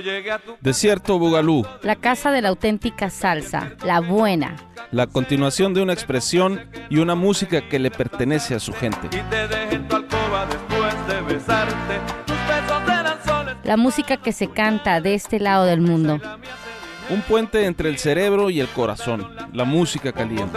Desierto Bugalú, la casa de la auténtica salsa, la buena. la continuación de una expresión y una música que le pertenece a su gente. La música que se canta de este lado del mundo. Un puente entre el cerebro y el corazón, la música caliente.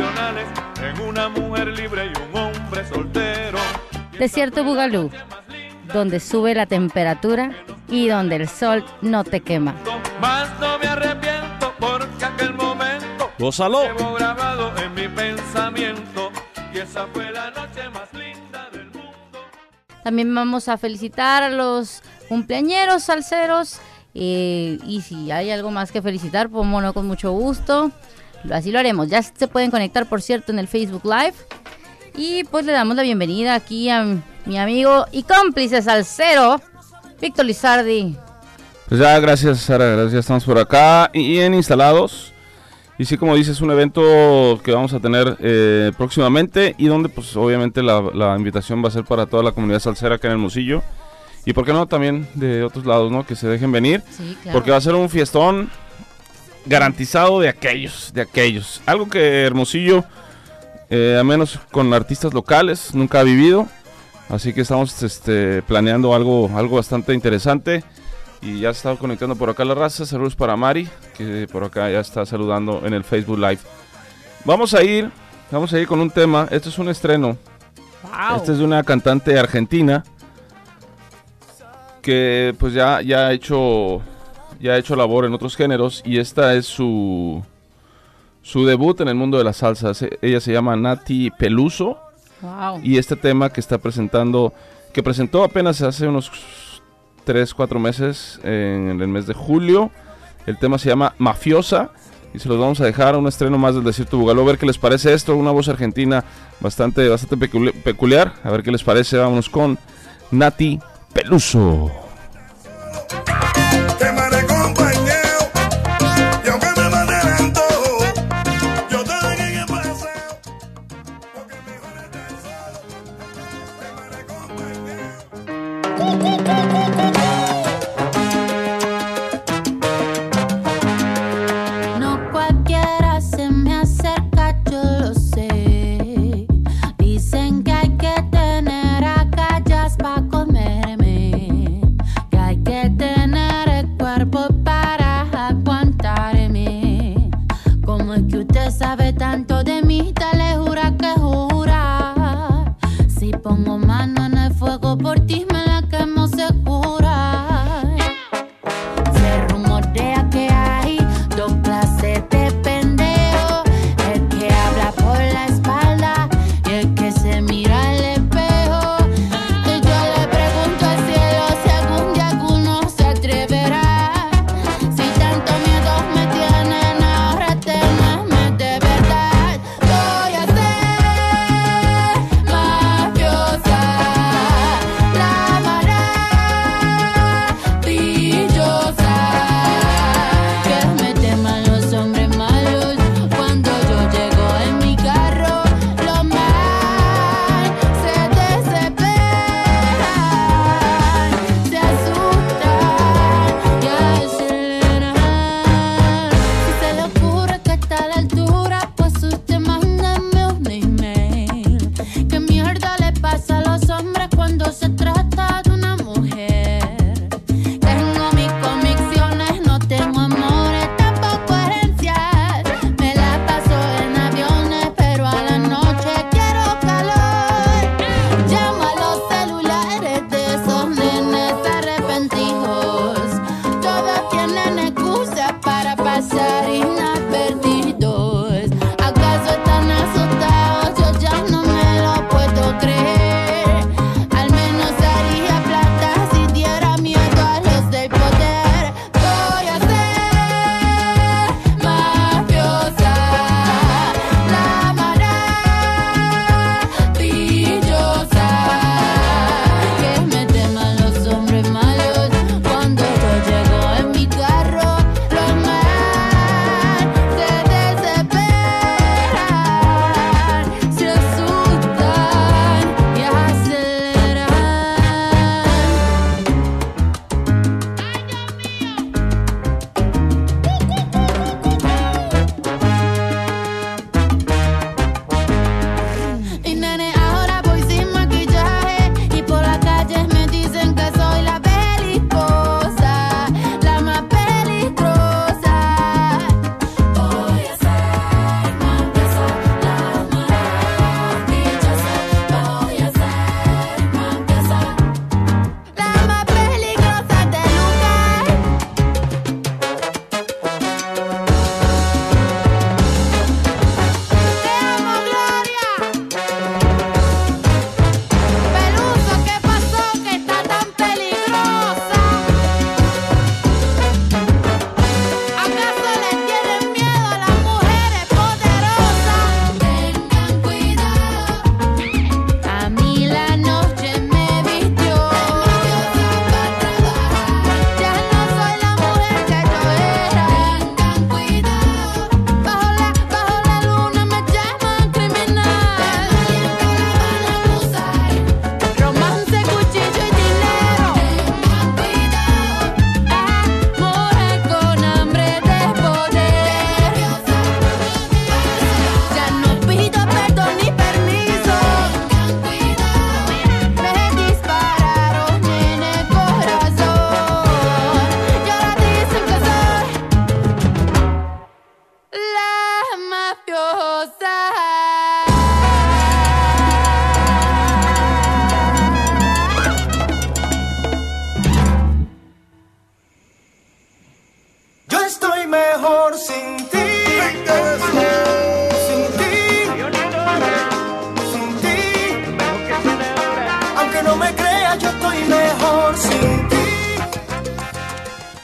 Desierto Bugalú, donde sube la temperatura y donde el sol no te quema. Más no me arrepiento porque aquel momento ¡Gózalo! llevo grabado en mi pensamiento y esa fue la noche más linda del mundo. También vamos a felicitar a los cumpleañeros salseros y si hay algo más que felicitar, pues bueno, con mucho gusto. Así lo haremos. Ya se pueden conectar, por cierto, en el Facebook Live. Y pues le damos la bienvenida aquí a mi amigo y cómplice salsero, Víctor Lizardi. Pues ya, gracias Sara, gracias, estamos por acá y bien instalados. Y sí, como dices, un evento que vamos a tener próximamente y donde pues obviamente la invitación va a ser para toda la comunidad salsera acá en Hermosillo. Y por qué no también de otros lados, ¿no? Que se dejen venir, Sí, claro. porque va a ser un fiestón garantizado de aquellos. Algo que Hermosillo, al menos con artistas locales, nunca ha vivido. Así que estamos planeando algo bastante interesante. Y ya se está conectando por acá la raza. Saludos para Mari, que por acá ya está saludando en el Facebook Live. Vamos a ir con un tema. Este es un estreno. Wow. Este es de una cantante argentina que pues ya ha hecho labor en otros géneros. Y esta es su debut en el mundo de la salsa. Ella se llama Nati Peluso. Wow. Y este tema que presentó apenas hace unos 3-4 meses, en el mes de julio. El tema se llama Mafiosa y se los vamos a dejar a un estreno más del Desierto Bugalú. A ver qué les parece esto, una voz argentina bastante peculiar. A ver qué les parece, vámonos con Nati Peluso. No cualquiera se me acerca, yo lo sé. Dicen que hay que tener agallas pa' comerme, que hay que tener el cuerpo para aguantarme. ¿Cómo es que usted sabe tanto de mí? Dale, jura que jura. Si pongo mano en el fuego por ti, me la quemo segura. Se rumorea que hay dos clases de pendejo: el que habla por la espalda y el que se mira al espejo. Y yo le pregunto al cielo si algún día alguno se atreverá. Si tanto miedo me tienen, ahora tenerme de verdad. Voy a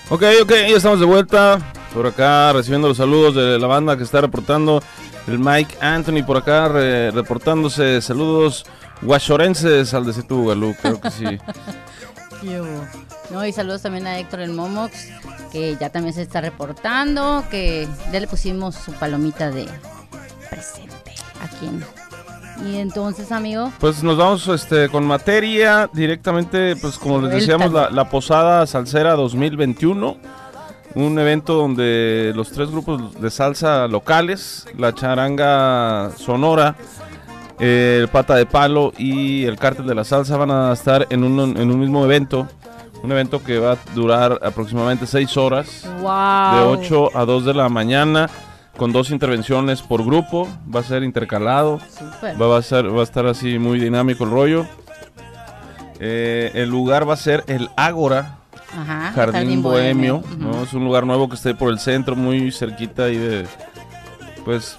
Ok, ya estamos de vuelta. Por acá recibiendo los saludos de la banda que está reportando. El Mike Anthony por acá reportándose. Saludos guachorenses al de Bugalú, creo que sí. No, y saludos también a Héctor el Momox, que ya también se está reportando, que ya le pusimos su palomita de presente aquí Y entonces, amigo, pues nos vamos con materia directamente, pues como les decíamos, la Posada Salsera 2021, un evento donde los 3 grupos de salsa locales, la Charanga Sonora, el Pata de Palo y el Cártel de la Salsa van a estar en un mismo evento. Un evento que va a durar aproximadamente 6 horas, wow, de 8 a 2 de la mañana, con 2 intervenciones por grupo. Va a ser intercalado, va a estar así muy dinámico el rollo. El lugar va a ser el Ágora, ajá, Jardín Bohemio, uh-huh. ¿no? Es un lugar nuevo que está ahí por el centro, muy cerquita ahí de, pues,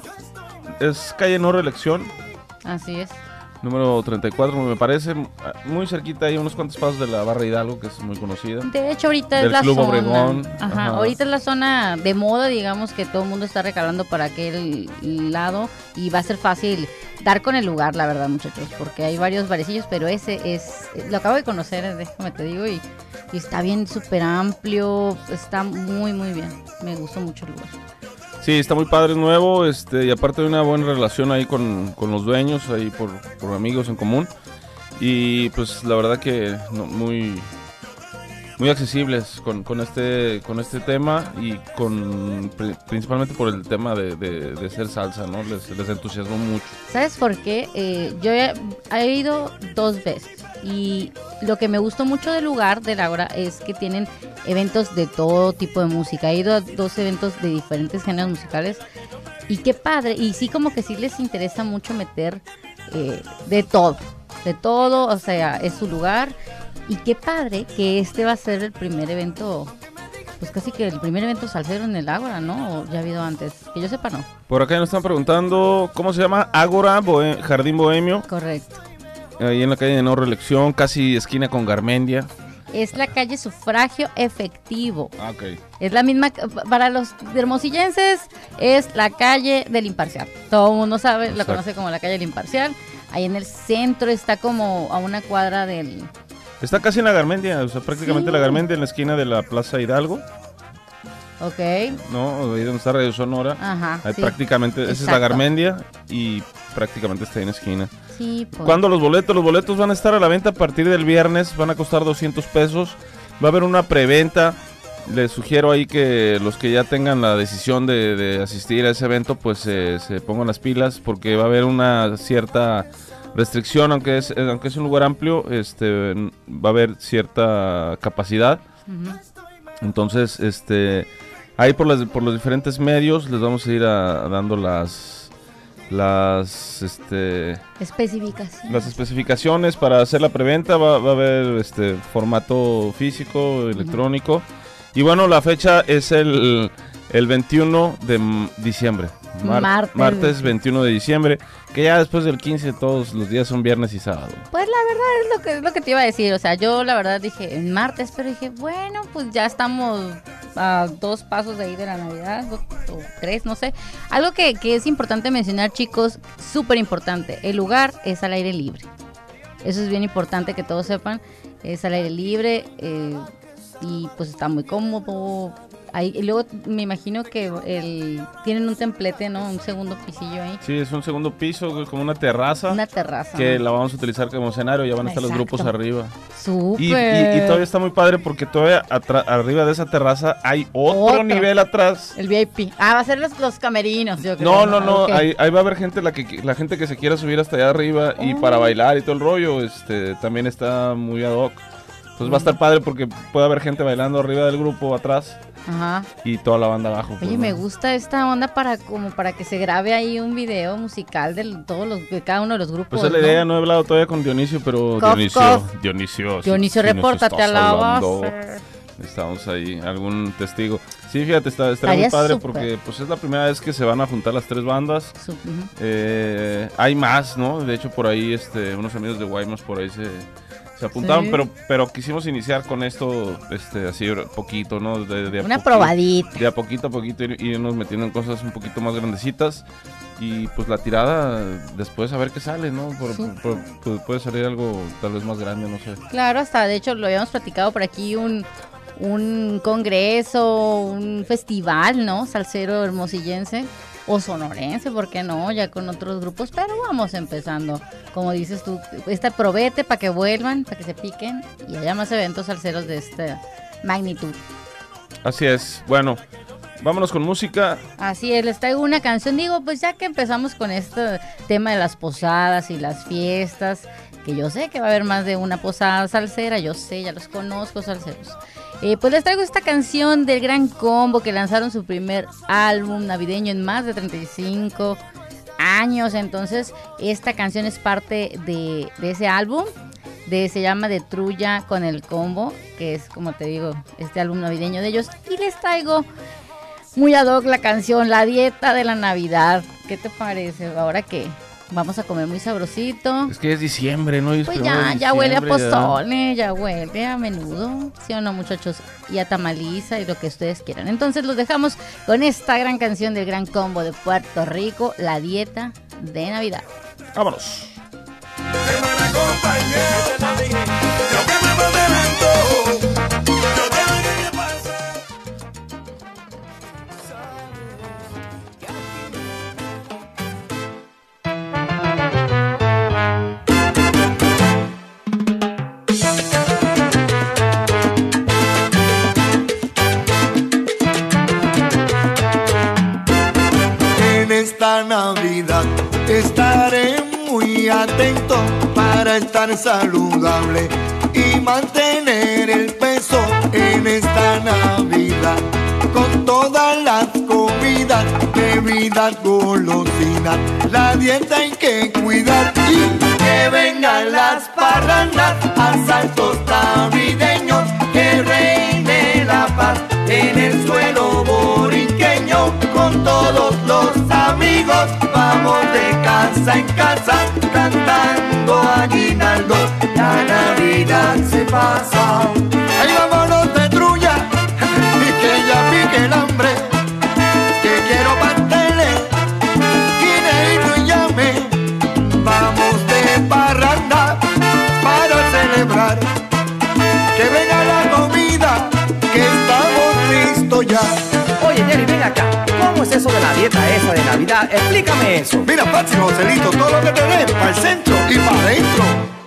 es calle No Reelección. Así es. Número 34, me parece, muy cerquita, hay unos cuantos pasos de la Barra Hidalgo, que es muy conocida. De hecho, ahorita es del la Club zona. Obregón. Ajá, ahorita es la zona de moda, digamos, que todo el mundo está recalando para aquel lado y va a ser fácil dar con el lugar, la verdad, muchachos, porque hay varios barecillos, pero ese es, lo acabo de conocer, déjame te digo, y está bien, súper amplio, está muy, muy bien, me gustó mucho el lugar. Sí, está muy padre, es nuevo, y aparte de una buena relación ahí con los dueños, ahí por amigos en común. Y pues la verdad que muy accesibles con este tema y principalmente por el tema de ser salsa, ¿no? Les entusiasmó mucho. ¿Sabes por qué? Yo he ido 2 veces y lo que me gustó mucho del lugar del Ágora es que tienen eventos de todo tipo de música. He ido a 2 eventos de diferentes géneros musicales y qué padre, y sí como que sí les interesa mucho meter de todo, o sea, es su lugar. Y qué padre que va a ser el primer evento, pues casi que el primer evento salsero en el Ágora, ¿no? ¿O ya ha habido antes? Que yo sepa, no. Por acá nos están preguntando, ¿cómo se llama? Ágora, Jardín Bohemio. Correcto. Ahí en la calle de No Reelección, casi esquina con Garmendia. Es la calle Sufragio Efectivo. Ah, ok. Es la misma, para los hermosillenses, es la calle del Imparcial. Todo el mundo sabe, exacto, lo conoce como la calle del Imparcial. Ahí en el centro está como a una cuadra del... Está casi en la Garmendia, o sea, prácticamente sí, la Garmendia en la esquina de la Plaza Hidalgo. Ok. No, ahí donde está Radio Sonora. Ajá. Ahí sí, prácticamente, esa es la Garmendia y prácticamente está ahí en la esquina. Sí, pues. ¿Cuándo los boletos? Los boletos van a estar a la venta a partir del viernes, van a costar 200 pesos. Va a haber una preventa. Les sugiero ahí que los que ya tengan la decisión de asistir a ese evento, pues se pongan las pilas, porque va a haber una cierta restricción, aunque es un lugar amplio, va a haber cierta capacidad. Uh-huh. Entonces, ahí por los diferentes medios les vamos a ir dando las especificaciones para hacer la preventa. Va a haber formato físico, electrónico. Uh-huh. Y bueno, la fecha es el 21 de diciembre. Martes 21 de diciembre, que ya después del 15 todos los días son viernes y sábado. Pues la verdad es lo que te iba a decir, o sea, yo la verdad dije en martes, pero dije, bueno, pues ya estamos a 2 pasos de ahí de la Navidad, o 3, no sé. Algo que es importante mencionar, chicos, súper importante, el lugar es al aire libre. Eso es bien importante que todos sepan, es al aire libre, y pues está muy cómodo. Ahí, y luego me imagino que tienen un templete, ¿no? Un segundo pisillo ahí. Sí, es un segundo piso, como una terraza. Una terraza. Que la vamos a utilizar como escenario, ya van a estar los grupos arriba. ¡Súper! Y todavía está muy padre porque todavía arriba de esa terraza hay otro nivel atrás. El VIP. Va a ser los camerinos, yo creo. No. Okay. Ahí va a haber gente, la gente que se quiera subir hasta allá arriba y para bailar y todo el rollo, también está muy ad hoc. Entonces va a estar padre porque puede haber gente bailando arriba del grupo atrás. Ajá. Y toda la banda abajo. Oye, me gusta esta onda para que se grabe ahí un video musical de cada uno de los grupos. Pues es la idea, no he hablado todavía con Dionisio, pero Dionisio, repórtate a la base. Estamos ahí, algún testigo. Sí, fíjate, estaría muy padre super, porque pues es la primera vez que se van a juntar las 3 bandas. Hay más, ¿no? De hecho, por ahí unos amigos de Guaymas por ahí se se apuntaron, Sí. pero quisimos iniciar con esto, así poquito, ¿no? De a Una poquito, probadita. de a poquito irnos metiendo en cosas un poquito más grandecitas. Y pues la tirada, después a ver qué sale, ¿no? Puede salir algo tal vez más grande, no sé. Claro, hasta de hecho lo habíamos platicado por aquí, un congreso, un festival, ¿no? Salsero hermosillense o sonorense, ¿por qué no? Ya con otros grupos, pero vamos empezando. Como dices tú, probete para que vuelvan, para que se piquen y haya más eventos salseros de esta magnitud. Así es, bueno, vámonos con música. Así es, les traigo una canción, digo, pues ya que empezamos con este tema de las posadas y las fiestas, que yo sé que va a haber más de una posada salsera, yo sé, ya los conozco salseros. Pues les traigo esta canción del Gran Combo, que lanzaron su primer álbum navideño en más de 35 años, entonces esta canción es parte de ese álbum, se llama De Trulla con el Combo, que es, como te digo, este álbum navideño de ellos, y les traigo muy ad hoc la canción La Dieta de la Navidad. ¿Qué te parece? Ahora que vamos a comer muy sabrosito. Es que es diciembre, ¿no? Y es Pues primero de ya huele a diciembre, pozole, ya huele a menudo, ¿sí o no, muchachos? Y a tamaliza y lo que ustedes quieran. Entonces los dejamos con esta gran canción del Gran Combo de Puerto Rico, La Dieta de Navidad. Vámonos. En esta Navidad estaré muy atento para estar saludable y mantener el peso en esta Navidad. Con todas las comidas, bebidas, golosinas, la dieta hay que cuidar y que vengan las parrandas, asaltos navideños, que reine la paz en el suelo borinqueño. Con todos los amigos vamos de casa en casa cantando aguinaldo, la Navidad se pasa. Ahí vámonos de trulla y que ya pique el hambre, que quiero pasteles, guineíto y llame. Vamos de parranda para celebrar, que venga la comida, que estamos listos ya. Oye, Jerry, ven acá. ¿Cómo es eso de la dieta esa de Navidad? Explícame eso. Mira, Patsy, Joselito, todo lo que te den para el centro y para adentro.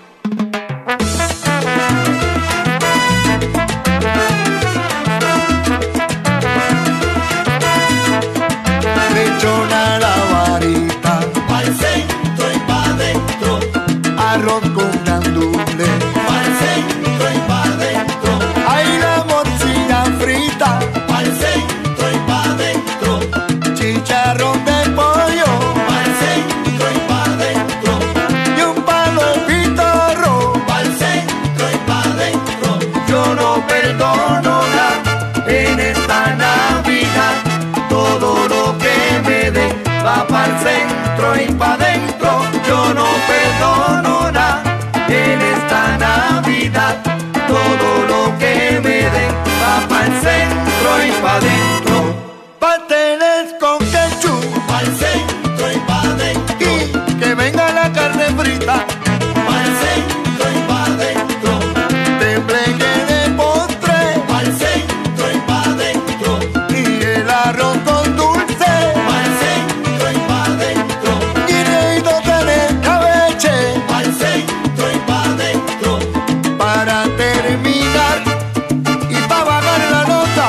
Lechona la varita, pa'l centro y pa' dentro. Arroz con gandules, pa'l centro y pa' dentro. Hay la morcilla frita, pa'l centro y pa' dentro. Chicharrón de pollo, pa'l centro y pa' dentro. Y un palo de pitorro, pa'l centro y pa' dentro. Yo no perdono nada en esta Navidad. Todo lo que me den va pa'l centro y pa' dentro. Yo no perdono nada en esta Navidad. Todo lo que me den va pa'l centro y pa' dentro. Pasteles con ketchup, pa'l centro y pa' dentro. Y que venga la carne frita, pa'l centro y pa' dentro. Tembleque de postre, pa'l centro y pa' dentro. Y el arroz con dulce, pa'l centro y pa' dentro. Guineíto de escabeche, pa'l centro y pa' dentro. Para terminar y pa' bajar la nota,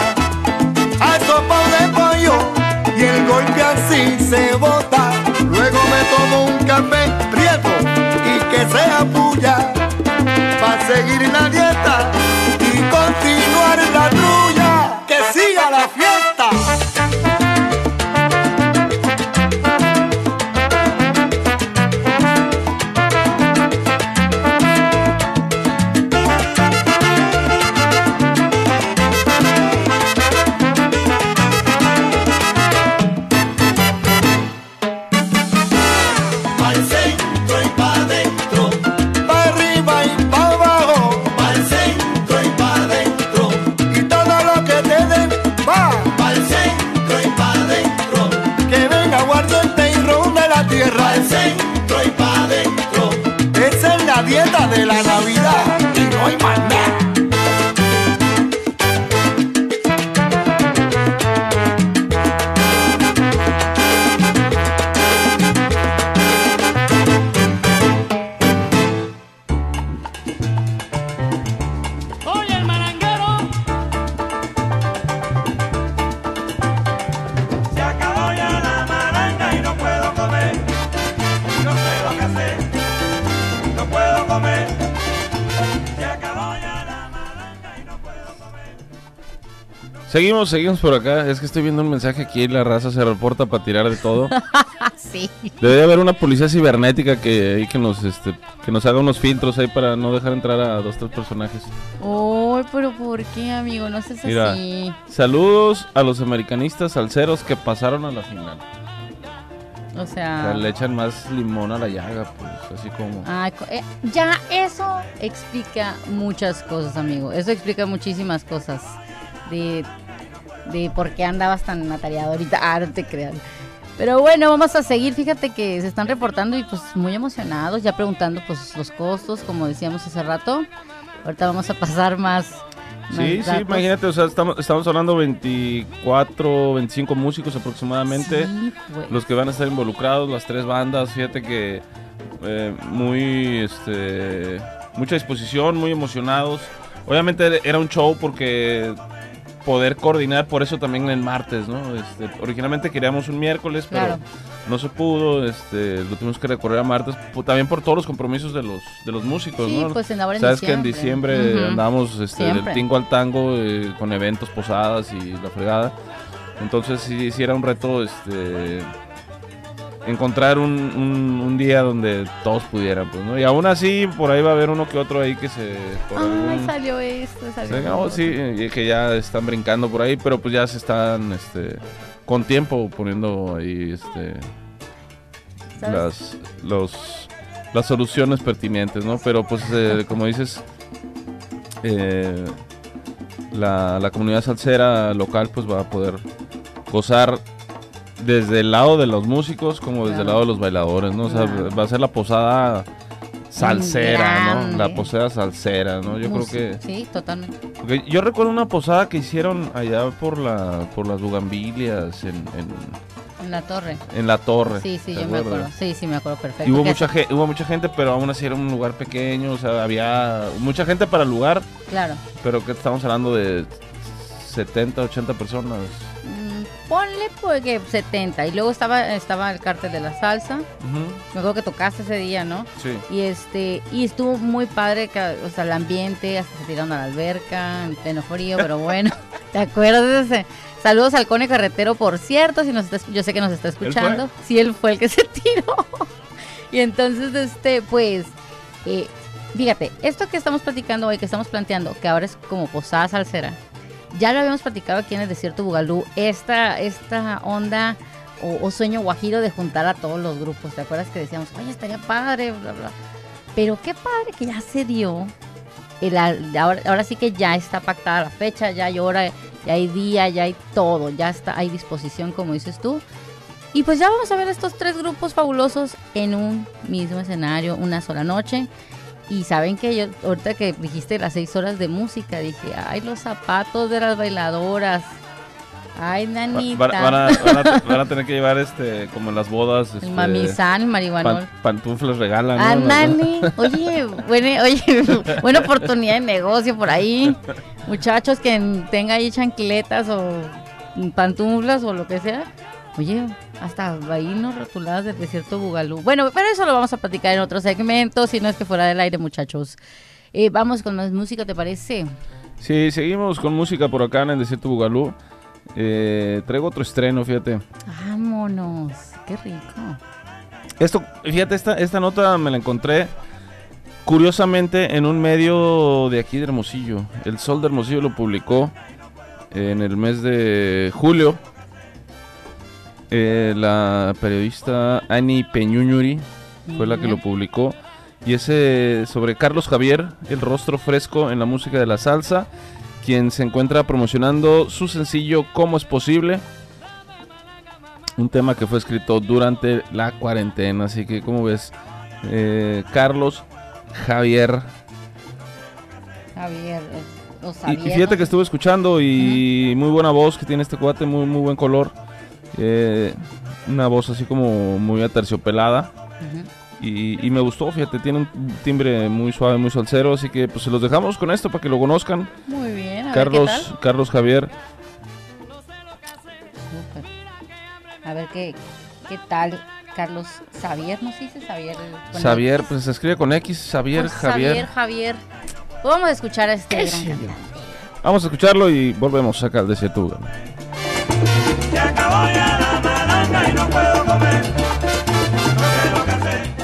al sopao de pollo y el golpe así se bota. Luego me tomo un café prieto y que sea puya, pa' seguir la dieta y continuar la trulla. ¡Que siga la fiesta! Pa'l centro y pa' dentro, pa' arriba y pa' abajo, pa'l centro y pa' adentro. Esa es la dieta de la Navidad y no hay más nada. Seguimos por acá. Es que estoy viendo un mensaje aquí. La raza se reporta para tirar de todo. Sí. Debe haber una policía cibernética que nos haga unos filtros ahí para no dejar entrar a 2-3 personajes. Oh, pero ¿por qué, amigo? No seas Mira, así. saludos a los americanistas salseros que pasaron a la final. O sea, O sea, le echan más limón a la llaga, pues, así como... ay, ya eso explica muchas cosas, amigo. Eso explica muchísimas cosas de por qué andabas tan atareado ahorita. Ah, no te creas. Pero bueno, vamos a seguir. Fíjate que se están reportando y pues muy emocionados, ya preguntando pues los costos, como decíamos hace rato. Ahorita vamos a pasar más Sí, datos. imagínate, o sea, estamos hablando 24, 25 músicos aproximadamente, Sí, pues. los que van a estar involucrados, las 3 bandas. Fíjate que mucha disposición, muy emocionados. Obviamente era un show porque poder coordinar, por eso también el martes, ¿no? Originalmente queríamos un miércoles, pero Claro. no se pudo, lo tuvimos que recorrer a martes, también por todos los compromisos de los músicos, Sí, ¿no? pues ahora en Sabes que en diciembre Ujú. andamos del Siempre. tingo al tango, con eventos, posadas y la fregada. Entonces sí era un reto encontrar un día donde todos pudieran, pues, ¿no? Y aún así por ahí va a haber uno que otro ahí que por Ay, algún- salió esto, salió Sí, lo otro. y que ya están brincando por ahí, pero pues ya se están con tiempo poniendo ahí ¿Sabes? las soluciones pertinentes, ¿no? Pero pues como dices, la comunidad salsera local pues va a poder gozar desde el lado de los músicos como desde el Claro. lado de los bailadores, ¿no? O sea, Claro. va a ser la posada salsera, ¿no? Grande. La posada salsera, ¿no? Yo creo que... Sí, totalmente. Porque yo recuerdo una posada que hicieron allá por las Bugambilias En la torre. en la torre. Sí, sí, ¿te yo me acuerdas? acuerdo. Sí, sí, me acuerdo perfecto. Y hubo Que- mucha gente, pero aún así era un lugar pequeño, o sea, había mucha gente para el lugar, Claro. pero que estamos hablando de 70, 80 personas. Ponle porque 70. Y luego estaba el cártel de la salsa. Me acuerdo que tocaste ese día, ¿no? Sí. Y estuvo muy padre, o sea, el ambiente, hasta se tiraron a la alberca en pleno frío, pero bueno, ¿te acuerdas de ese? Saludos al Cone Carretero, por cierto, yo sé que nos está escuchando. Sí, él fue el que se tiró. Y entonces, pues, fíjate, esto que estamos platicando hoy, que estamos planteando, que ahora es como posada salsera, ya lo habíamos platicado aquí en el Desierto Bugalú, esta onda o sueño guajiro de juntar a todos los grupos. ¿Te acuerdas que decíamos, oye, estaría padre, bla, bla? Pero qué padre que ya se dio. Ahora sí que ya está pactada la fecha, ya hay hora, ya hay día, ya hay todo, ya está, hay disposición, como dices tú. Y pues ya vamos a ver estos 3 grupos fabulosos en un mismo escenario, una sola noche. Y saben que yo, ahorita que dijiste las 6 horas de música, dije, ay, los zapatos de las bailadoras. Ay, nanita. Van a tener que llevar como en las bodas. El mamizán, el marihuanol. Pantuflas regalan, ¿no? Ándale. Oye, buena oportunidad de negocio por ahí. Muchachos que tengan ahí chancletas o pantuflas o lo que sea. Oye, hasta vaínos rotuladas del Desierto Bugalú. Bueno, pero eso lo vamos a platicar en otro segmento, si no es que fuera del aire, muchachos. Vamos con más música, ¿te parece? Sí, seguimos con música por acá en el Desierto Bugalú. Traigo otro estreno, fíjate. Vámonos, qué rico. Fíjate, esta nota me la encontré curiosamente en un medio de aquí de Hermosillo. El Sol de Hermosillo lo publicó en el mes de julio. La periodista Ani Peñuñuri fue la que lo publicó. Y es sobre Carlos Javier, el rostro fresco en la música de la salsa, quien se encuentra promocionando su sencillo ¿Cómo es posible? un tema que fue escrito durante la cuarentena. Así que, ¿cómo ves? Carlos Javier. O Xavier, y fíjate que estuve escuchando y muy buena voz que tiene este cuate, muy, muy buen color. Una voz así como muy aterciopelada. Y me gustó, fíjate, tiene un timbre muy suave, muy salsero. Así que pues se los dejamos con esto para que lo conozcan. Muy bien, Carlos Javier. Súper. A ver qué tal. Carlos Xavier, ¿no se dice Xavier? Xavier, pues se escribe con X. Xavier. Javier. Pues vamos a escuchar a este gran cantante. Vamos a escucharlo y volvemos acá al desierto. Se acabó ya la malanga y no puedo comer. No sé lo que hacer.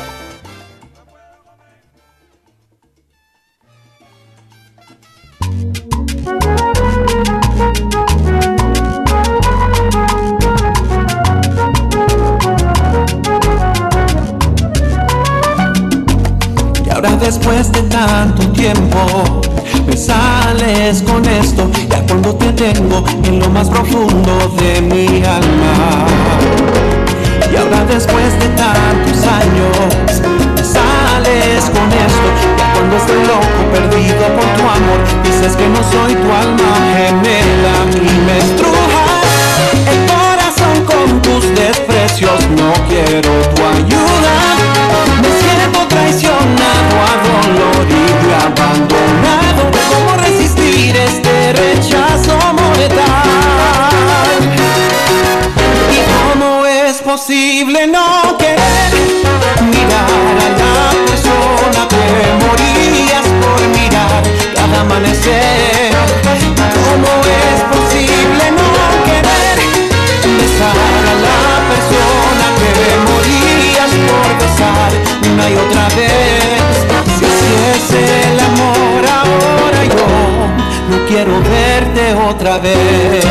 Y ahora después de tanto tiempo me sales con esto, ya cuando te tengo en lo más profundo de mi alma. Y ahora después de tantos años me sales con esto, ya cuando estoy loco, perdido por tu amor, dices que no soy tu alma gemela y me estrujas el corazón con tus desprecios. No quiero tu ayuda, me siento traicionado, adolorido, abandonado. ¿Cómo resistir este rechazo mortal? ¿Y cómo es posible no querer mirar a la persona que morías por mirar cada amanecer? ¿Cómo es posible no querer besar a la persona que morías por besar una y otra vez? Si así es el amor, ahora yo no quiero verte otra vez.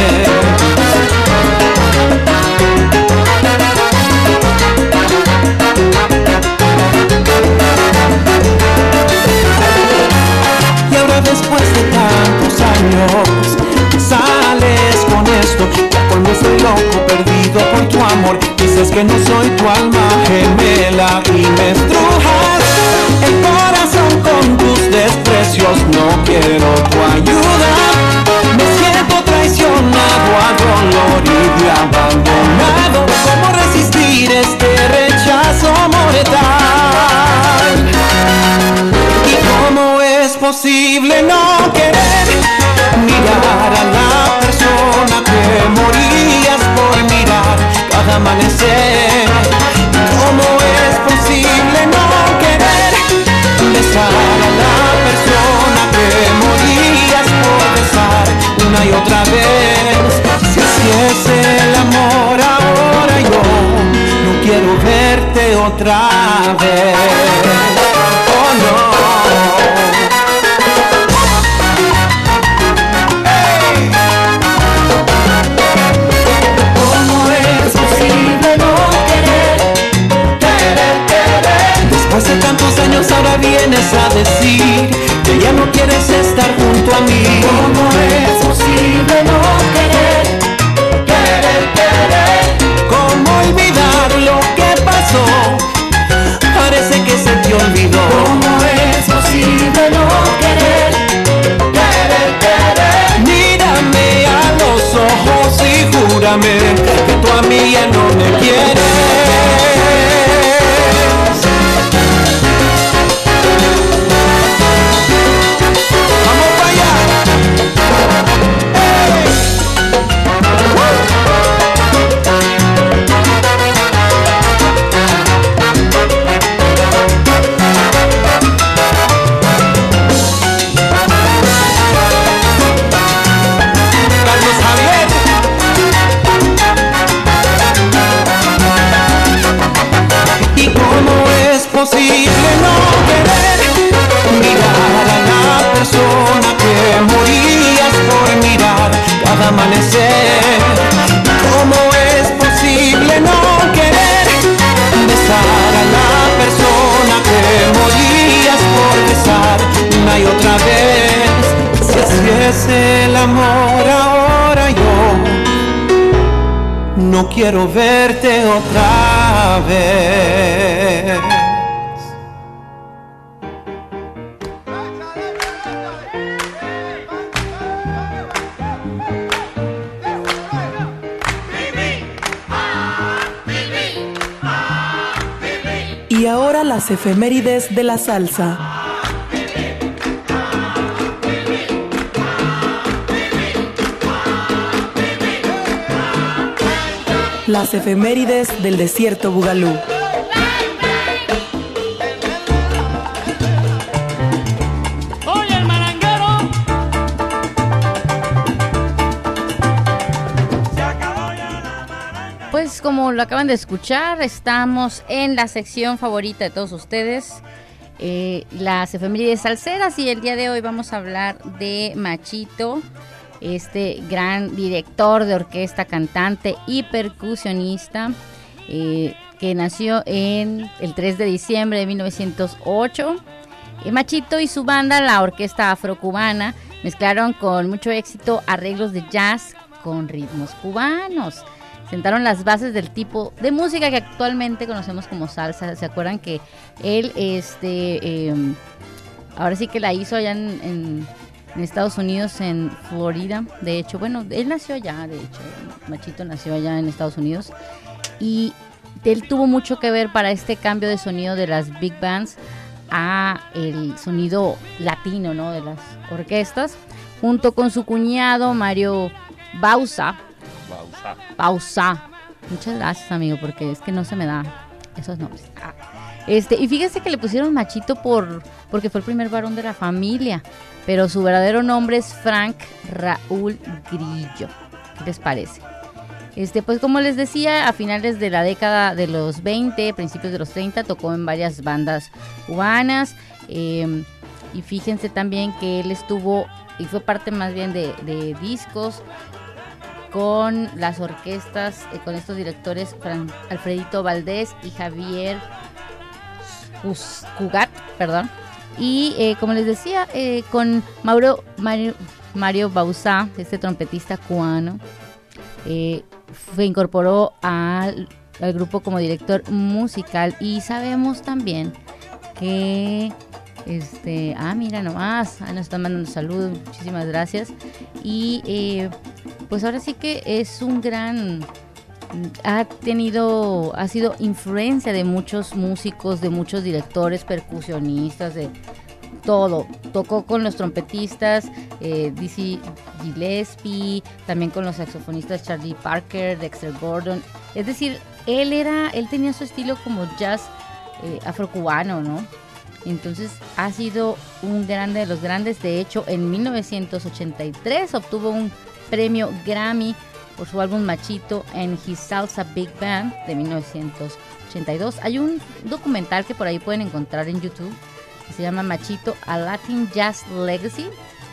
Y ahora después de tantos años sales con esto, ya cuando estoy loco, perdido por tu amor, dices que no soy tu alma gemela y me estrujas el corazón con tus desprecios. No quiero tu ayuda, me siento traicionado, adolorido, abandonado. ¿Cómo resistir este rechazo mortal? ¿Y cómo es posible no querer mirar a la persona que morías por mirar cada amanecer? ¿Cómo es posible no querer besar a la persona que morías por besar una y otra vez? Si así es el amor, ahora yo no quiero verte otra vez. Oh no. Después de tantos años ahora vienes a decir que ya no quieres estar junto a mí. ¿Cómo es posible no querer? ¿Cómo olvidar lo que pasó? Parece que se te olvidó. ¿Cómo es posible no querer? Mírame a los ojos y júrame que tú a mí ya no me quieres. Posible no querer mirar a la persona que morías por mirar cada amanecer. ¿Cómo es posible no querer besar a la persona que morías por besar una y otra vez? Si así es el amor, ahora yo no no quiero verte otra vez. Y ahora las efemérides de la salsa. Las efemérides del desierto Bugalú. Oye, el maranguero. Se acabó ya la maranga. Pues como lo acaban de escuchar, estamos en la sección favorita de todos ustedes, las efemérides salseras, y el día de hoy vamos a hablar de Machito, este gran director de orquesta, cantante y percusionista, que nació en el 3 de diciembre de 1908. Machito y su banda, la Orquesta Afrocubana, mezclaron con mucho éxito arreglos de jazz con ritmos cubanos. Sentaron las bases del tipo de música que actualmente conocemos como salsa. ¿Se acuerdan que él, ahora sí que la hizo allá en Estados Unidos, en Florida? De hecho, bueno, él nació allá, de hecho, Machito nació allá en Estados Unidos, y él tuvo mucho que ver para este cambio de sonido de las big bands a el sonido latino, ¿no?, de las orquestas, junto con su cuñado Mario Bauza. Muchas gracias, amigo, porque es que no se me da esos nombres. Y fíjense que le pusieron Machito porque fue el primer varón de la familia, pero su verdadero nombre es Frank Raúl Grillo. ¿Qué les parece? Pues como les decía, a finales de la década de los 20, principios de los 30, tocó en varias bandas cubanas, y fíjense también que él estuvo y fue parte más bien de discos con las orquestas, con estos directores Alfredito Valdés y Javier Cugat, perdón. Y como les decía, con Mario Bauza, este trompetista cubano, se incorporó al grupo como director musical. Y sabemos también que mira nomás, nos están mandando saludos, muchísimas gracias. Y pues ahora sí que es un gran, ha sido influencia de muchos músicos, de muchos directores, percusionistas, de todo. Tocó con los trompetistas Dizzy Gillespie, también con los saxofonistas Charlie Parker, Dexter Gordon. Es decir, él tenía su estilo como jazz afrocubano, ¿no? Entonces ha sido un grande de los grandes. De hecho, en 1983 obtuvo un premio Grammy por su álbum Machito en His Salsa Big Band de 1982. Hay un documental que por ahí pueden encontrar en YouTube que se llama Machito, A Latin Jazz Legacy.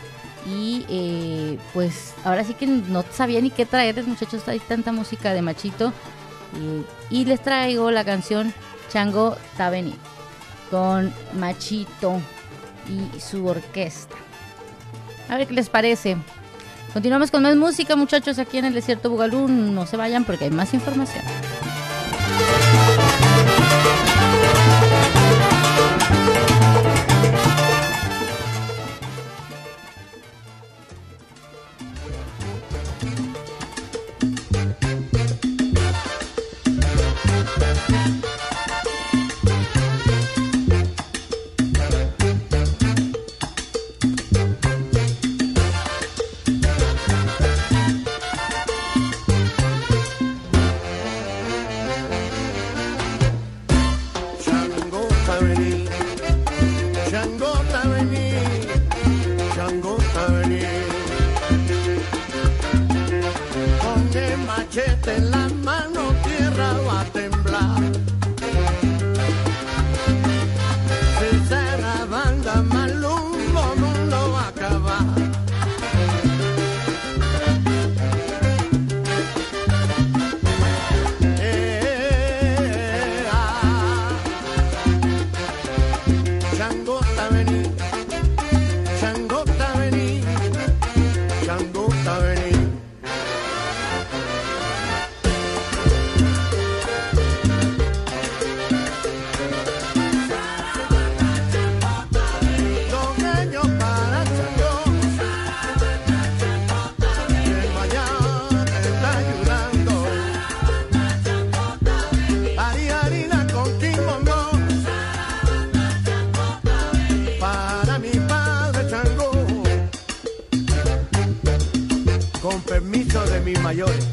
Y pues ahora sí que no sabía ni qué traerles, muchachos. Hay tanta música de Machito, y les traigo la canción Chango Tabeni con Machito y su orquesta. A ver qué les parece. Continuamos con más música, muchachos, aquí en el Desierto Bugalú. No se vayan porque hay más información. mayores.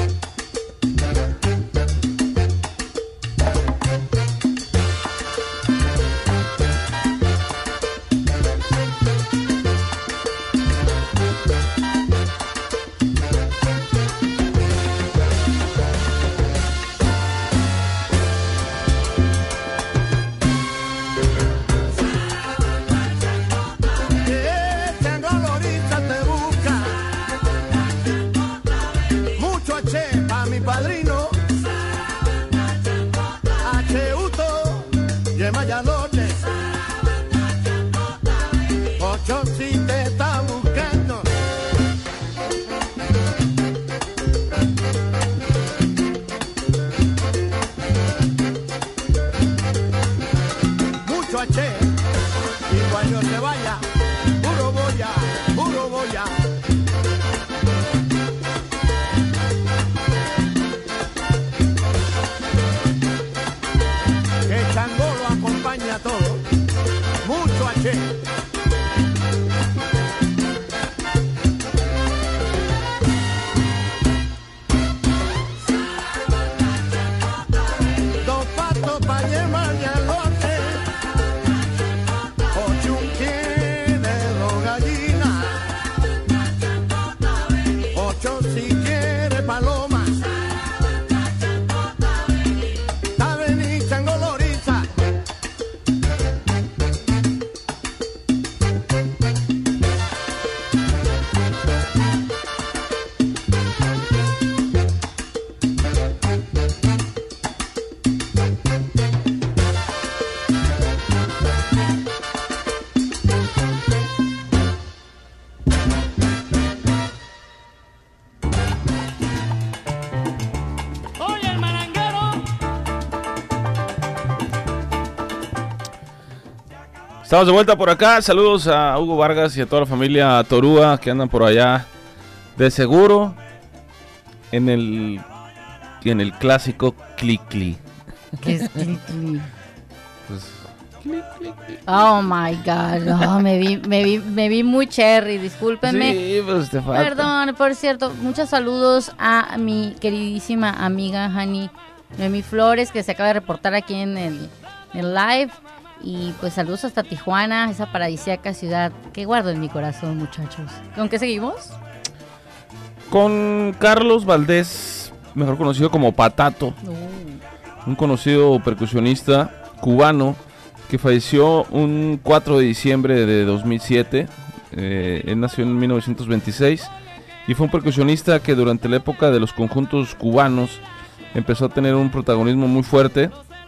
Estamos de vuelta por acá. Saludos a Hugo Vargas y a toda la familia Torúa que andan por allá. De seguro en el clásico Clicli. ¿Qué es Clicli? Pues, oh my God, no, me vi muy cherry, discúlpenme. Sí, pues te falta. Perdón, por cierto, muchos saludos a mi queridísima amiga Hani Noemi Flores, que se acaba de reportar aquí en el live. Y pues saludos hasta Tijuana, esa paradisíaca ciudad que guardo en mi corazón, muchachos. ¿Con qué seguimos? Con Carlos Valdés, mejor conocido como Patato. Un conocido percusionista cubano que falleció un 4 de diciembre de 2007. Él nació en 1926 y fue un percusionista que durante la época de los conjuntos cubanos empezó a tener un protagonismo muy fuerte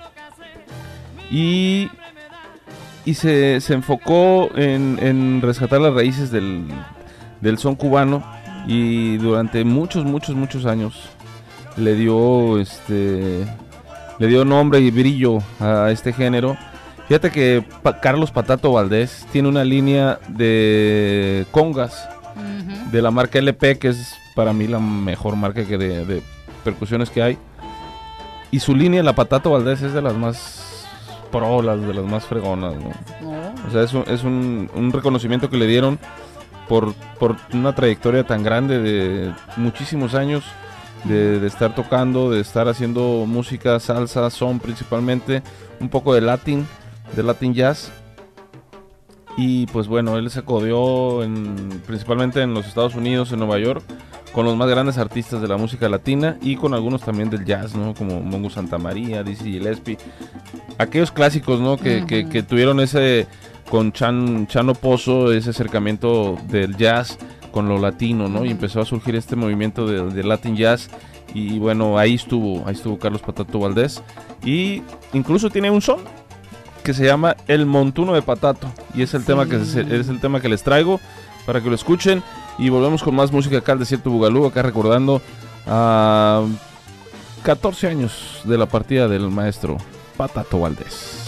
y se enfocó en rescatar las raíces del son cubano, y durante muchos años le dio nombre y brillo a este género. Fíjate que Carlos Patato Valdés tiene una línea de congas de la marca LP, que es para mí la mejor marca de percusiones que hay, y su línea, la Patato Valdés, es de las más de las más fregonas, ¿no? O sea, es un reconocimiento que le dieron por una trayectoria tan grande de muchísimos años de estar tocando, de estar haciendo música, salsa, son principalmente, un poco de Latin jazz. Y pues bueno, él se codeó principalmente en los Estados Unidos, en Nueva York, con los más grandes artistas de la música latina y con algunos también del jazz, ¿no? Como Mongo Santamaría, Dizzy Gillespie, aquellos clásicos, ¿no? Que tuvieron ese, con Chano Pozo, ese acercamiento del jazz con lo latino, ¿no? Y empezó a surgir este movimiento de Latin jazz. Y bueno, ahí estuvo Carlos Patato Valdés. Y incluso tiene un son que se llama El Montuno de Patato, y es el tema que les traigo para que lo escuchen. Y volvemos con más música acá al Desierto Bugalú, acá recordando a 14 años de la partida del maestro Patato Valdés.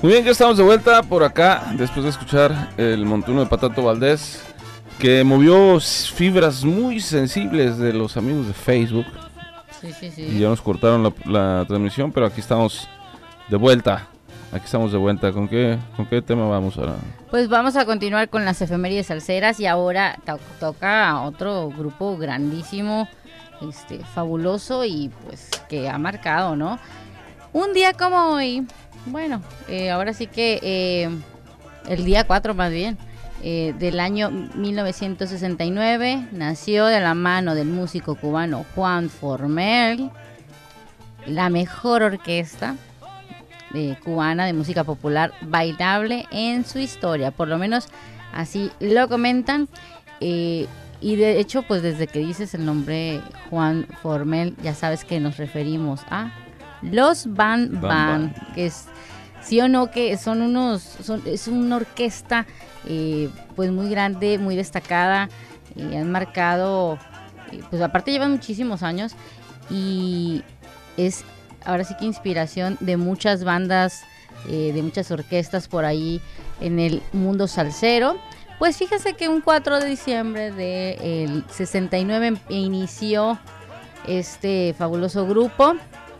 Muy bien, ya estamos de vuelta por acá después de escuchar el montuno de Patato Valdés, que movió fibras muy sensibles de los amigos de Facebook. Sí. Y ya nos cortaron la transmisión, pero aquí estamos de vuelta. ¿Con qué tema vamos ahora? Pues vamos a continuar con las efemérides salseras y ahora toca otro grupo grandísimo, fabuloso y pues que ha marcado, ¿no? Un día como hoy, bueno, ahora sí que el día 4 más bien, del año 1969, nació de la mano del músico cubano Juan Formel, la mejor orquesta cubana de música popular bailable en su historia, por lo menos así lo comentan. Y de hecho, pues desde que dices el nombre Juan Formel, ya sabes que nos referimos a los Bam Bam, que es, sí o no, que es una orquesta pues muy grande, muy destacada, han marcado, pues aparte llevan muchísimos años y es ahora sí que inspiración de muchas bandas, de muchas orquestas por ahí en el mundo salsero. Pues fíjese que un 4 de diciembre del 69 inició este fabuloso grupo.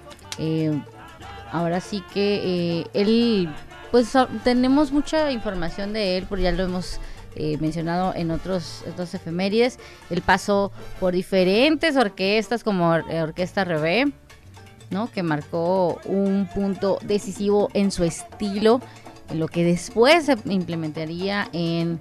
Ahora sí que él, pues tenemos mucha información de él, porque ya lo hemos mencionado en otras efemérides. Él pasó por diferentes orquestas como Orquesta Rebé, ¿no? Que marcó un punto decisivo en su estilo, en lo que después se implementaría en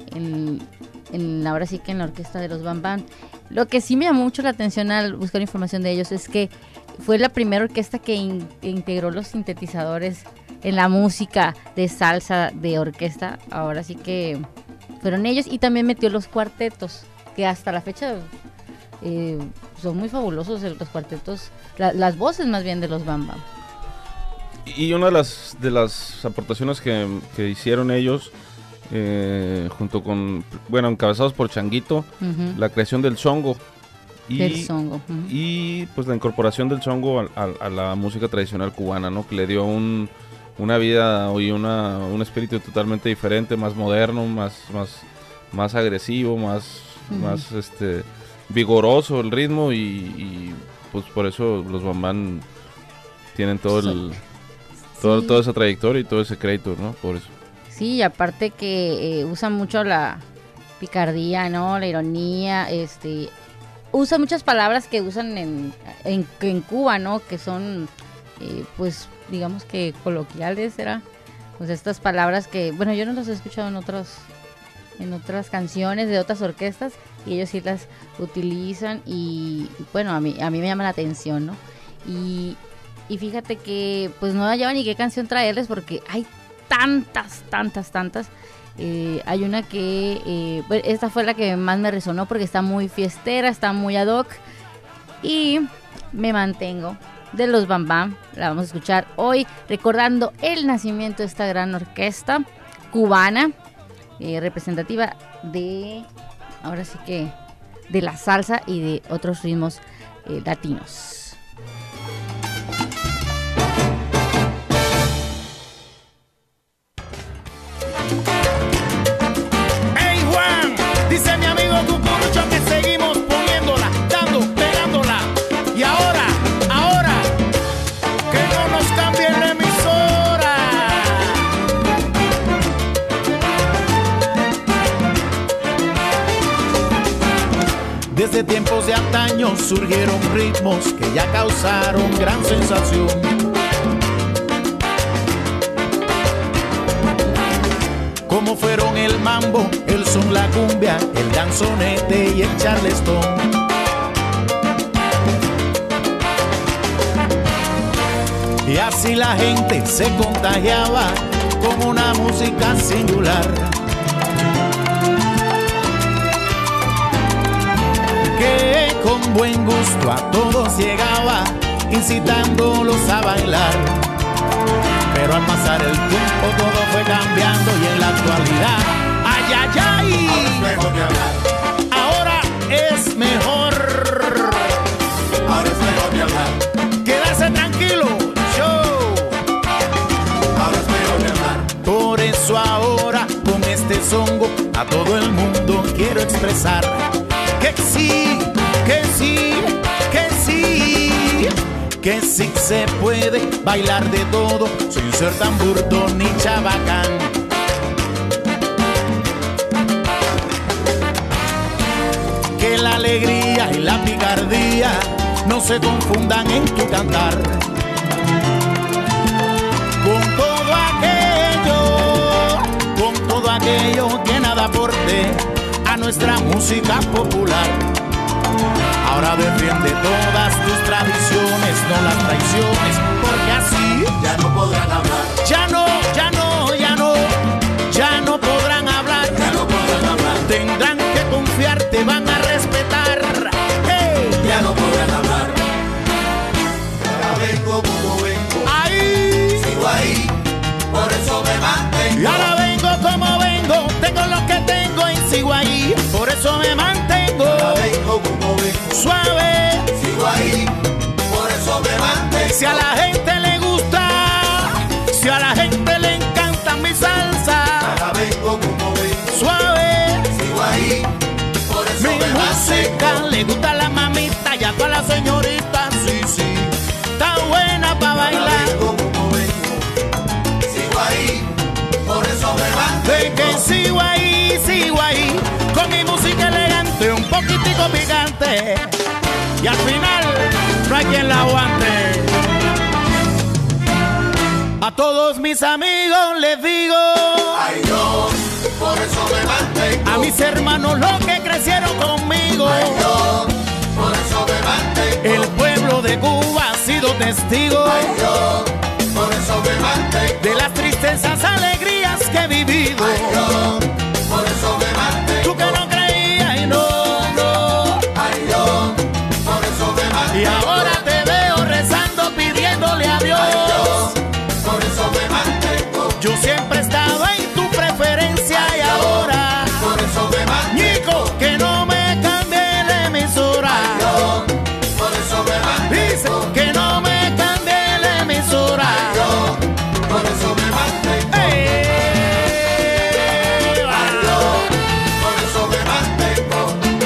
ahora sí que en la orquesta de los Bam Bam. Lo que sí me llamó mucho la atención al buscar información de ellos es que fue la primera orquesta que integró los sintetizadores en la música de salsa de orquesta. Ahora sí que fueron ellos, y también metió los cuartetos, que hasta la fecha son muy fabulosos los cuartetos, las voces más bien de los Bam Bam. Y una de las aportaciones que hicieron ellos, junto con, bueno, encabezados por Changuito, la creación del songo. Y pues la incorporación del songo a la música tradicional cubana, ¿no? Que le dio una vida y un espíritu totalmente diferente, más moderno, más agresivo, más vigoroso el ritmo, y pues por eso los Bam Bam tienen toda esa trayectoria y todo ese crédito, ¿no? Por eso. Sí, y aparte que usan mucho la picardía, ¿no? La ironía, usan muchas palabras que usan en Cuba, ¿no? Que son, pues, digamos que coloquiales, ¿será? Pues estas palabras que, bueno, yo no las he escuchado en otras canciones de otras orquestas, y ellos sí las utilizan, y bueno, a mí me llama la atención, ¿no? Y fíjate que, pues, no lleva ni qué canción traerles, porque hay tantas. Hay una que, esta fue la que más me resonó porque está muy fiestera, está muy ad hoc, y me mantengo de los Bam Bam. La vamos a escuchar hoy recordando el nacimiento de esta gran orquesta cubana, representativa de, ahora sí que, de la salsa y de otros ritmos latinos. Dice mi amigo Cucurucho que seguimos poniéndola, pegándola. Y ahora, que no nos cambien la emisora. Desde tiempos de antaño surgieron ritmos que ya causaron gran sensación. Como fueron el mambo, el son, la cumbia, el danzonete y el charleston. Y así la gente se contagiaba con una música singular, que con buen gusto a todos llegaba, incitándolos a bailar. Pero al pasar el tiempo todo fue cambiando, y en la actualidad, ¡ay, ay, ay! Ahora es mejor. Ahora es mejor ni hablar. Quedarse tranquilo, show. Ahora es mejor ni hablar. Por eso ahora con este songo a todo el mundo quiero expresar que sí, que sí, que sí, que sí se puede bailar de todo sin ser tan burdo ni chabacán. Que la alegría y la picardía no se confundan en tu cantar. Con todo aquello que nada aporte a nuestra música popular. Ahora defiende todas tus tradiciones, no las traiciones, porque así ya no podrán hablar. Ya no podrán hablar. Ya no podrán hablar. Tendrán que confiar, te van a respetar. Hey. Ya no podrán hablar. Ahora vengo como vengo. Ahí. Sigo ahí, por eso me mantengo. Y ahora vengo como vengo, tengo lo que tengo y sigo ahí, por eso me mantengo. Ahora vengo como vengo. Suave. Sigo ahí, por eso me mantengo. Si a la gente le gusta, si a la gente le encanta mi salsa. Ahora vengo como vengo. Suave. Sigo ahí, por eso Mi me música mantengo. le gusta a la mamita y a todas las señoritas, sí, sí. Está buena para Ahora bailar. vengo como vengo. Sigo ahí, por eso me De mantengo. que sigo ahí, con mi música elegante, un poquitico picante. Y al final, no hay quien la aguante. A todos mis amigos les digo, Ay, yo, por eso me mantengo. a mis hermanos los que crecieron conmigo, Ay, yo, por eso me mantengo. el pueblo de Cuba ha sido testigo Ay, yo, por eso me mantengo. de las tristezas, alegrías que he vivido. Ay, yo, por eso me mantengo. Tú que no creías y no. Ay, yo, por eso me mantengo. Y ahora te veo rezando, pidiéndole a Dios. Ay, yo, por eso me mantengo. Yo siempre he estado en tu preferencia y ahora, Por eso me mantengo. Nico, que no me cambie la emisora. Ay, yo, por eso me Dice mantengo. que no me cambie la emisora. Ay, yo, por eso me mantengo. Va. Ay, yo, por eso me mantengo.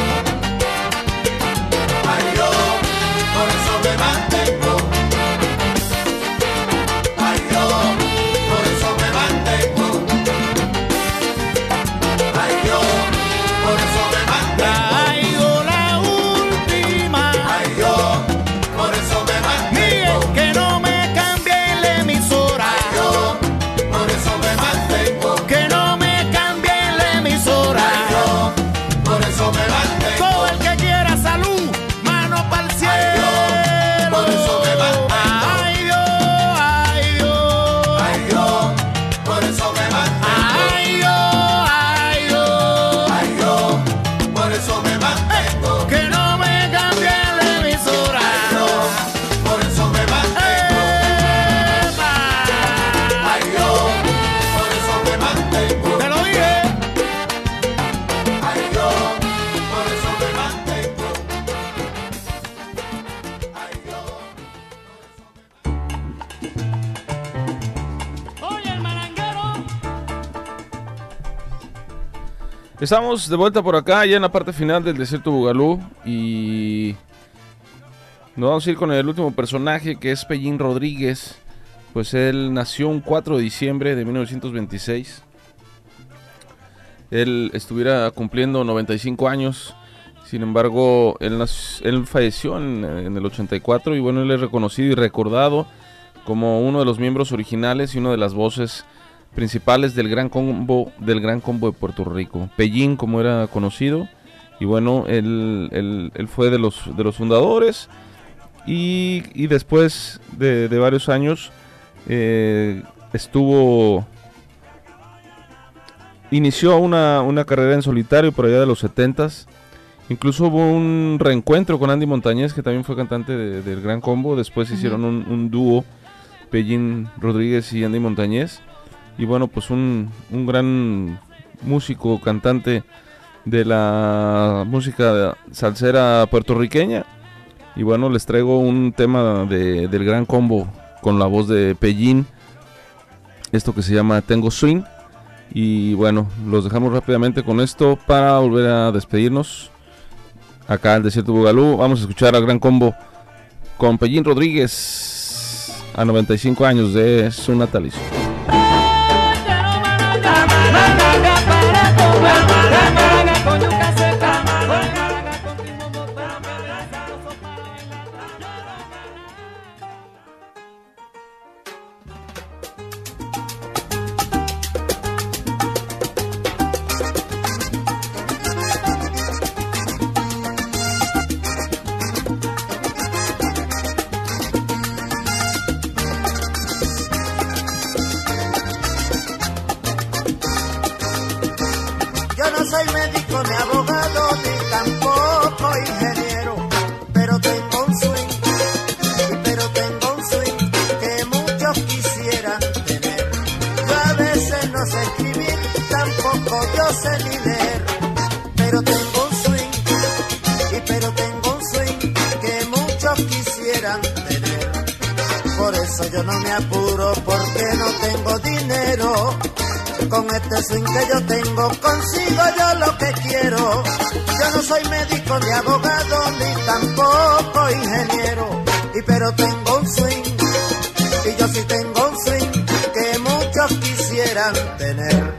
Ay, yo, por eso me mantengo. Ay, yo, por eso me mantengo. Ay, yo, por eso me mantengo. Traigo la última. Ay, yo, por eso me Miguel, mantengo. que no me cambie la emisora. Ay, yo, por eso me mantengo. Que no me cambie la emisora. Ay, yo, por eso me mantengo. Todo el que quiera salud, mano para el cielo. por eso me mantengo. Ay Dios, ay Dios. Ay, yo, por eso me mantengo. Ay Dios, ay Dios. Ay, yo, por eso me mantengo. Que no me cambie la emisora. Yo, por eso me mantengo. Epa. Ay, yo, por eso me mantengo. Te lo dije. Ay, yo, por eso me mantengo. Ay, yo. Oye, el maranguero. Estamos de vuelta por acá, ya en la parte final del Desierto Bugalú, y nos vamos a ir con el último personaje, que es Pellín Rodríguez. Pues él nació un 4 de diciembre de 1926. Él estuviera cumpliendo 95 años. Sin embargo, él falleció en el 84, y bueno, él es reconocido y recordado como uno de los miembros originales y una de las voces principales del Gran Combo de Puerto Rico. Pellín, como era conocido, y bueno, él fue de los fundadores, y después de varios años inició una carrera en solitario por allá de los 70s. Incluso hubo un reencuentro con Andy Montañez, que también fue cantante del Gran Combo. Después hicieron un dúo, Pellín Rodríguez y Andy Montañez. Y bueno, pues un gran músico, cantante de la música salsera puertorriqueña. Y bueno, les traigo un tema del Gran Combo con la voz de Pellín. esto que se llama Tengo Swing. Y bueno, los dejamos rápidamente con esto para volver a despedirnos. Acá al Desierto Bugalú, vamos a escuchar al Gran Combo con Pellín Rodríguez a 95 años de su natalicio. Yo no me apuro porque no tengo dinero. Con este swing que yo tengo consigo yo lo que quiero. Yo no soy médico ni abogado ni tampoco ingeniero, pero tengo un swing, y yo sí tengo un swing que muchos quisieran tener.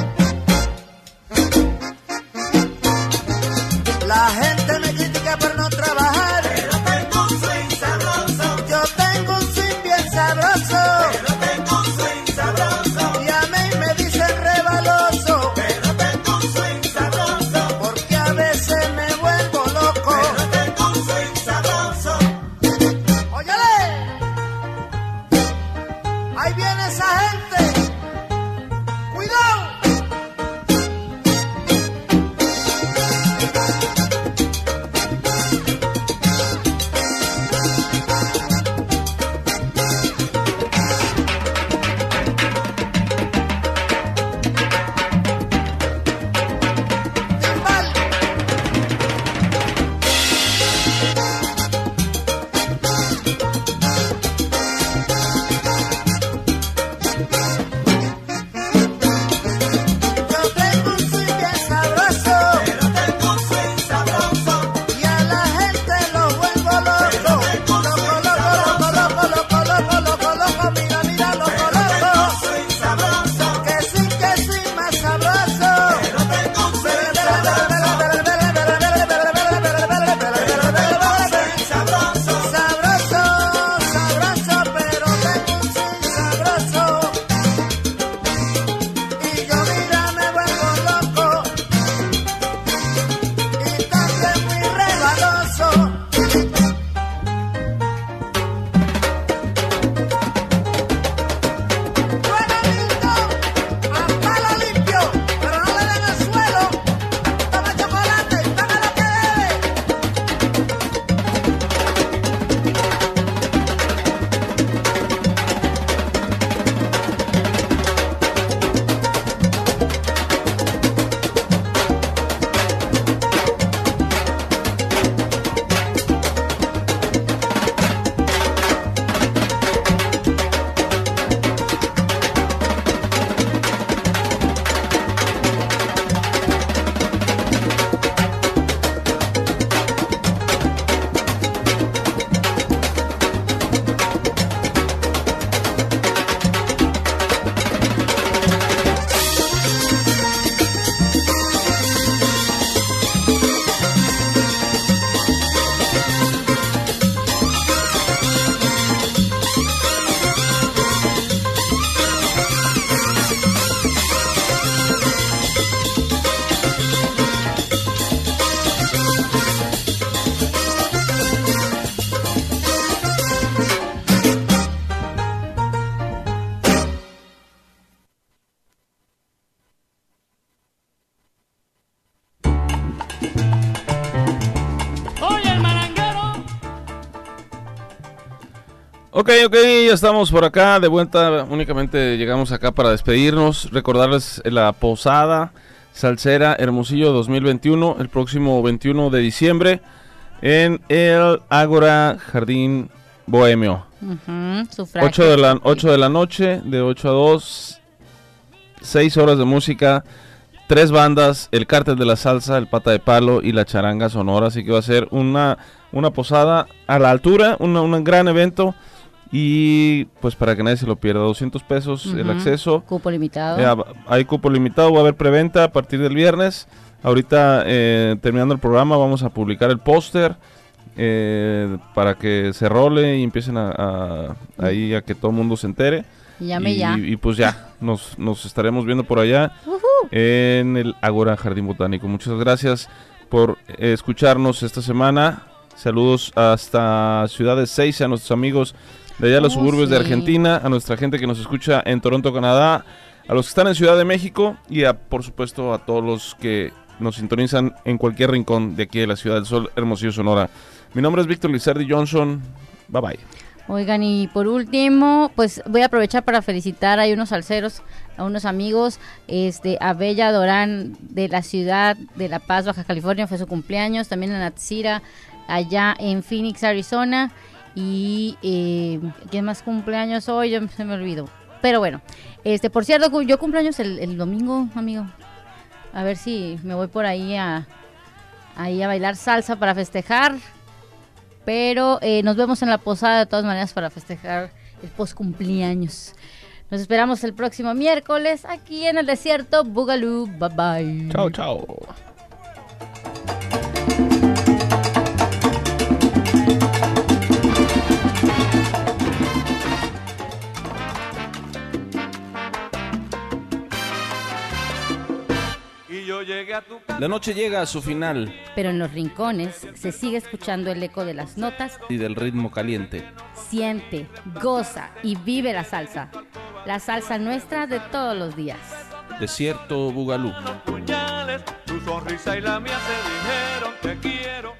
La gente me critica por no trabajar, pero tengo un swing sabroso. Yo tengo un swing bien sabroso, pero tengo un swing sabroso. Y a mí me dicen rebaloso, pero tengo un swing sabroso. Porque a veces me vuelvo loco, pero tengo un swing sabroso. Óyale, ahí viene esa gente. Cuidado. Ok, ya estamos por acá de vuelta. Únicamente llegamos acá para despedirnos. Recordarles la posada salsera Hermosillo 2021, el próximo 21 de diciembre en el Ágora Jardín Bohemio. Sufragio. 8 de la noche, de 8 a 2, 6 horas de música, 3 bandas, el Cártel de la Salsa, el Pata de Palo y la Charanga Sonora, así que va a ser una posada a la altura, un gran evento. Y pues para que nadie se lo pierda, 200 pesos el acceso. Cupo limitado. Hay cupo limitado, va a haber preventa a partir del viernes. Ahorita terminando el programa vamos a publicar el póster para que se role y empiecen ahí a que todo el mundo se entere. Y pues ya, nos estaremos viendo por allá en el Ágora Jardín Botánico. Muchas gracias por escucharnos esta semana. Saludos hasta Ciudad de Ezeiza, a nuestros amigos de allá, los suburbios de Argentina, a nuestra gente que nos escucha en Toronto, Canadá, a los que están en Ciudad de México y por supuesto a todos los que nos sintonizan en cualquier rincón de aquí de la Ciudad del Sol, Hermosillo, Sonora. Mi nombre es Víctor Lizardi Johnson. Bye bye. Oigan, y por último, pues voy a aprovechar para felicitar a unos salseros, a unos amigos, a Bella Dorán de la ciudad de La Paz, Baja California, fue su cumpleaños, también a Natsira allá en Phoenix, Arizona, y ¿quién más cumpleaños hoy? Yo se me olvidó. Pero bueno, por cierto, yo cumpleaños el domingo, amigo. A ver si me voy por ahí a bailar salsa para festejar. Pero nos vemos en la posada de todas maneras para festejar el post cumpleaños. Nos esperamos el próximo miércoles aquí en el Desierto Boogaloo. Bye bye. Chao, chao. La noche llega a su final. Pero en los rincones se sigue escuchando el eco de las notas y del ritmo caliente. Siente, goza y vive la salsa. La salsa nuestra de todos los días. Desierto Boogaloo. Tu sonrisa y la mía se dijeron te quiero.